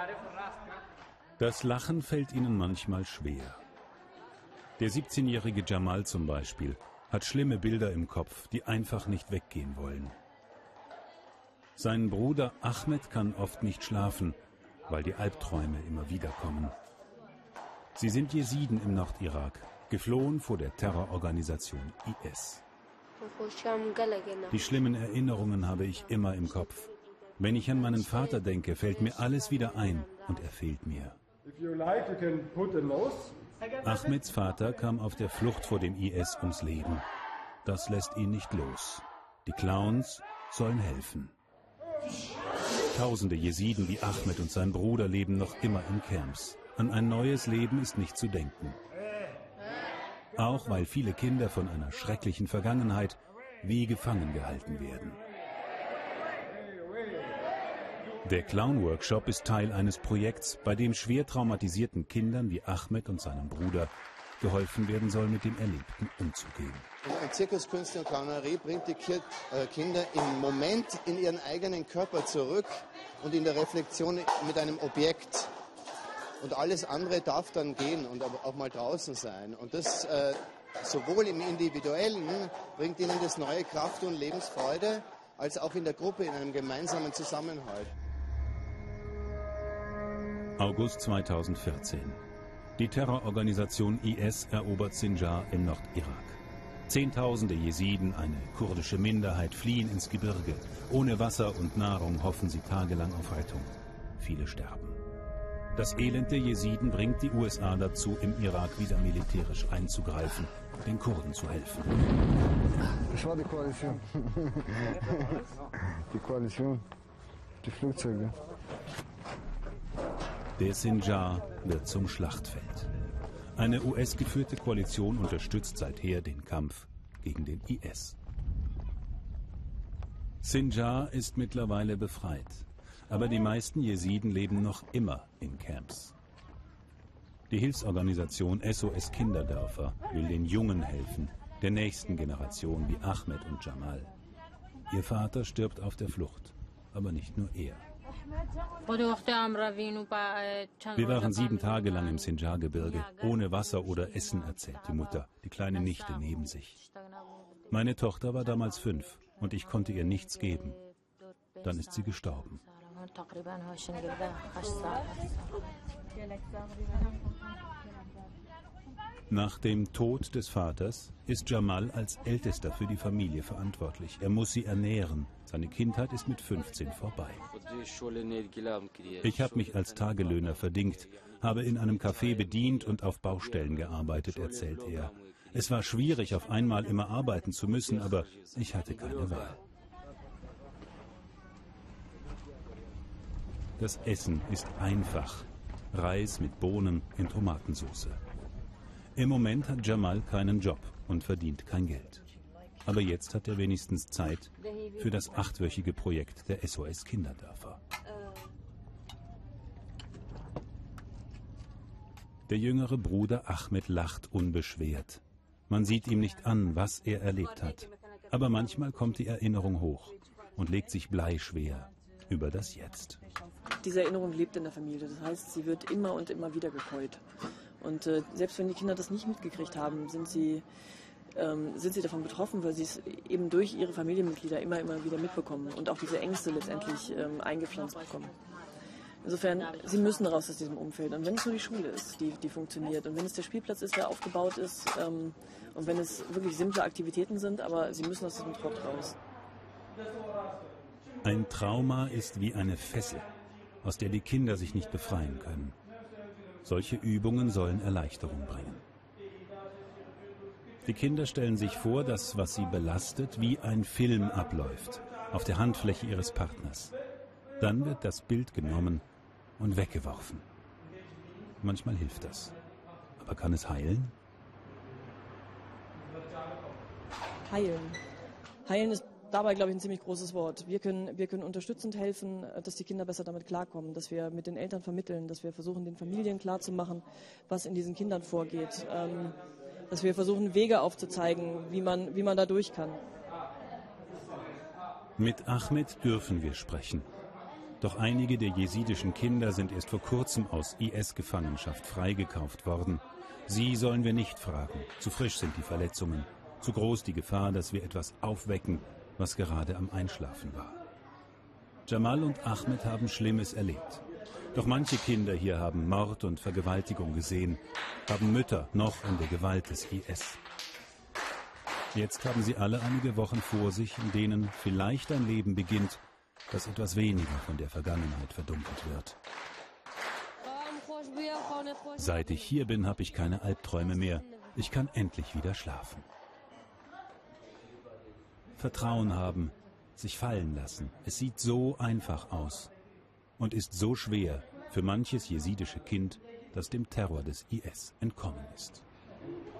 Das Lachen fällt ihnen manchmal schwer. Der 17-jährige Jamal zum Beispiel hat schlimme Bilder im Kopf, die einfach nicht weggehen wollen. Sein Bruder Ahmed kann oft nicht schlafen, weil die Albträume immer wieder kommen. Sie sind Jesiden im Nordirak, geflohen vor der Terrororganisation IS. Die schlimmen Erinnerungen habe ich immer im Kopf. Wenn ich an meinen Vater denke, fällt mir alles wieder ein und er fehlt mir. Ahmeds Vater kam auf der Flucht vor dem IS ums Leben. Das lässt ihn nicht los. Die Clowns sollen helfen. Tausende Jesiden wie Ahmed und sein Bruder leben noch immer in Camps. An ein neues Leben ist nicht zu denken. Auch weil viele Kinder von einer schrecklichen Vergangenheit wie gefangen gehalten werden. Der Clown-Workshop ist Teil eines Projekts, bei dem schwer traumatisierten Kindern wie Ahmed und seinem Bruder geholfen werden soll, mit dem Erlebten umzugehen. Ein Zirkuskünstler und Clownerie bringt die Kinder im Moment in ihren eigenen Körper zurück und in der Reflexion mit einem Objekt. Und alles andere darf dann gehen und auch mal draußen sein. Und das sowohl im Individuellen bringt ihnen das neue Kraft und Lebensfreude, als auch in der Gruppe in einem gemeinsamen Zusammenhalt. August 2014. Die Terrororganisation IS erobert Sinjar im Nordirak. Zehntausende Jesiden, eine kurdische Minderheit, fliehen ins Gebirge. Ohne Wasser und Nahrung hoffen sie tagelang auf Rettung. Viele sterben. Das Elend der Jesiden bringt die USA dazu, im Irak wieder militärisch einzugreifen, den Kurden zu helfen. Das war die Koalition. Die Koalition, die Flugzeuge. Der Sinjar wird zum Schlachtfeld. Eine US-geführte Koalition unterstützt seither den Kampf gegen den IS. Sinjar ist mittlerweile befreit. Aber die meisten Jesiden leben noch immer in Camps. Die Hilfsorganisation SOS Kinderdörfer will den Jungen helfen, der nächsten Generation wie Ahmed und Jamal. Ihr Vater stirbt auf der Flucht, aber nicht nur er. Wir waren 7 Tage lang im Sinjar-Gebirge, ohne Wasser oder Essen, erzählt die Mutter, die kleine Nichte neben sich. Meine Tochter war damals 5 und ich konnte ihr nichts geben. Dann ist sie gestorben. Nach dem Tod des Vaters ist Jamal als Ältester für die Familie verantwortlich. Er muss sie ernähren. Seine Kindheit ist mit 15 vorbei. Ich habe mich als Tagelöhner verdingt, habe in einem Café bedient und auf Baustellen gearbeitet, erzählt er. Es war schwierig, auf einmal immer arbeiten zu müssen, aber ich hatte keine Wahl. Das Essen ist einfach. Reis mit Bohnen in Tomatensauce. Im Moment hat Jamal keinen Job und verdient kein Geld. Aber jetzt hat er wenigstens Zeit für das 8-wöchige Projekt der SOS Kinderdörfer. Der jüngere Bruder Ahmed lacht unbeschwert. Man sieht ihm nicht an, was er erlebt hat. Aber manchmal kommt die Erinnerung hoch und legt sich bleischwer über das Jetzt. Diese Erinnerung lebt in der Familie. Das heißt, sie wird immer und immer wieder gekäut. Und selbst wenn die Kinder das nicht mitgekriegt haben, sind sie davon betroffen, weil sie es eben durch ihre Familienmitglieder immer wieder mitbekommen und auch diese Ängste letztendlich eingepflanzt bekommen. Insofern, sie müssen raus aus diesem Umfeld. Und wenn es nur die Schule ist, die funktioniert, und wenn es der Spielplatz ist, der aufgebaut ist, und wenn es wirklich simple Aktivitäten sind, aber sie müssen aus diesem Trott raus. Ein Trauma ist wie eine Fessel, aus der die Kinder sich nicht befreien können. Solche Übungen sollen Erleichterung bringen. Die Kinder stellen sich vor, dass, was sie belastet, wie ein Film abläuft, auf der Handfläche ihres Partners. Dann wird das Bild genommen und weggeworfen. Manchmal hilft das. Aber kann es heilen? Heilen ist dabei, glaube ich, ein ziemlich großes Wort. Wir können unterstützend helfen, dass die Kinder besser damit klarkommen, dass wir mit den Eltern vermitteln, dass wir versuchen, den Familien klarzumachen, was in diesen Kindern vorgeht, dass wir versuchen, Wege aufzuzeigen, wie man da durch kann. Mit Ahmed dürfen wir sprechen. Doch einige der jesidischen Kinder sind erst vor kurzem aus IS-Gefangenschaft freigekauft worden. Sie sollen wir nicht fragen. Zu frisch sind die Verletzungen. Zu groß die Gefahr, dass wir etwas aufwecken, was gerade am Einschlafen war. Jamal und Ahmed haben Schlimmes erlebt. Doch manche Kinder hier haben Mord und Vergewaltigung gesehen, haben Mütter noch in der Gewalt des IS. Jetzt haben sie alle einige Wochen vor sich, in denen vielleicht ein Leben beginnt, das etwas weniger von der Vergangenheit verdunkelt wird. Seit ich hier bin, habe ich keine Albträume mehr. Ich kann endlich wieder schlafen. Vertrauen haben, sich fallen lassen. Es sieht so einfach aus und ist so schwer für manches jesidische Kind, das dem Terror des IS entkommen ist.